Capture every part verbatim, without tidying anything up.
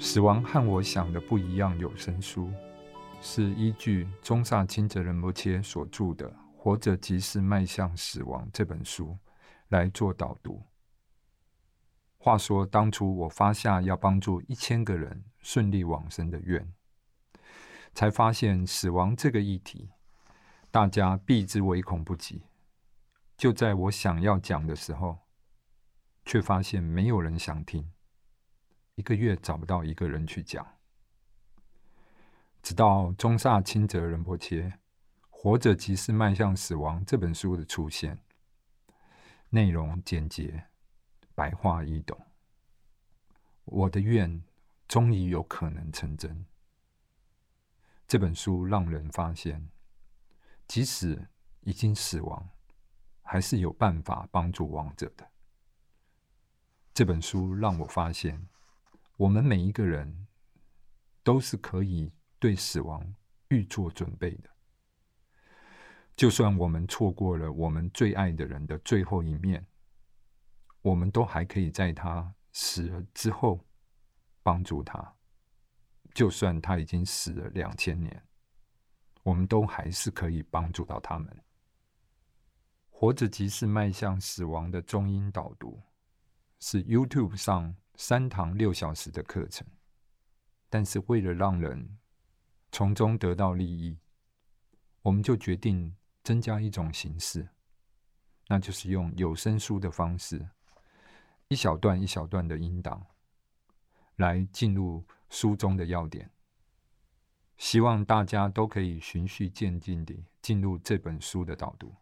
死亡和我想的不一样有声书是依据宗萨钦哲仁波切所著的《活着即是迈向死亡》这本书来做导读。话说当初我发下要帮助一千个人顺利往生的愿，才发现死亡这个议题大家避之唯恐不及。就在我想要讲的时候，却发现没有人想听，一个月找不到一个人去讲。直到宗萨钦哲仁波切《活着即是迈向死亡》这本书的出现，内容简洁，白话易懂，我的愿终于有可能成真。这本书让人发现，即使已经死亡，还是有办法帮助亡者的。这本书让我发现，我们每一个人都是可以对死亡预做准备的。就算我们错过了我们最爱的人的最后一面，我们都还可以在他死了之后帮助他。就算他已经死了两千年，我们都还是可以帮助到他们。活着即是迈向死亡的中英导读是 YouTube 上三堂六小时的课程，但是为了让人从中得到利益，我们就决定增加一种形式，那就是用有声书的方式，一小段一小段的音档来进入书中的要点，希望大家都可以循序渐进地进入这本书的导读。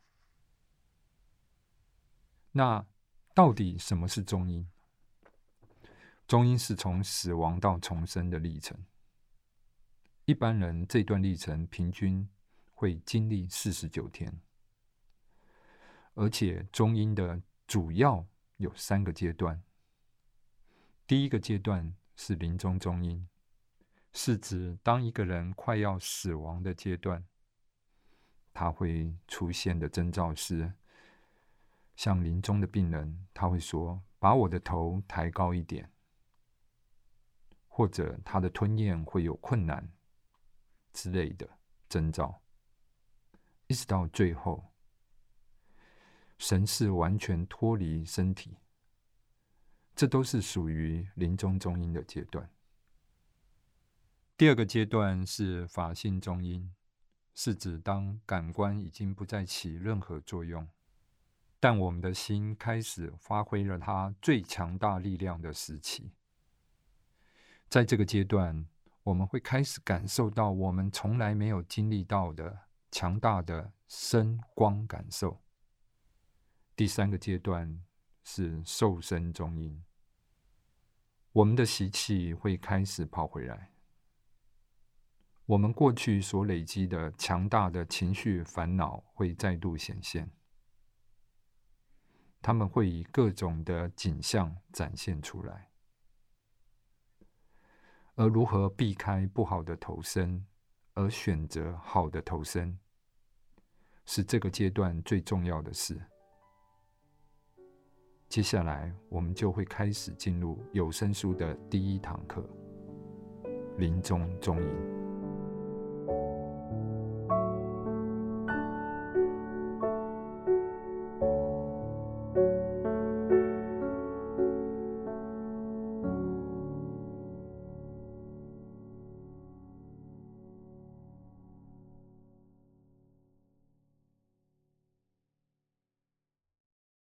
那到底什么是中阴？中阴是从死亡到重生的历程。一般人这段历程平均会经历四十九天，而且中阴的主要有三个阶段。第一个阶段是临终中阴，是指当一个人快要死亡的阶段，他会出现的征兆是，像临终的病人，他会说：“把我的头抬高一点。”或者他的吞咽会有困难之类的征兆，一直到最后，神识完全脱离身体，这都是属于临终中阴的阶段。第二个阶段是法性中阴，是指当感官已经不再起任何作用，但我们的心开始发挥了它最强大力量的时期。在这个阶段，我们会开始感受到我们从来没有经历到的强大的声光感受。第三个阶段是受身中阴，我们的习气会开始跑回来，我们过去所累积的强大的情绪烦恼会再度显现，他们会以各种的景象展现出来。而如何避开不好的投生，而选择好的投生，是这个阶段最重要的事。接下来，我们就会开始进入有声书的第一堂课——临终中阴。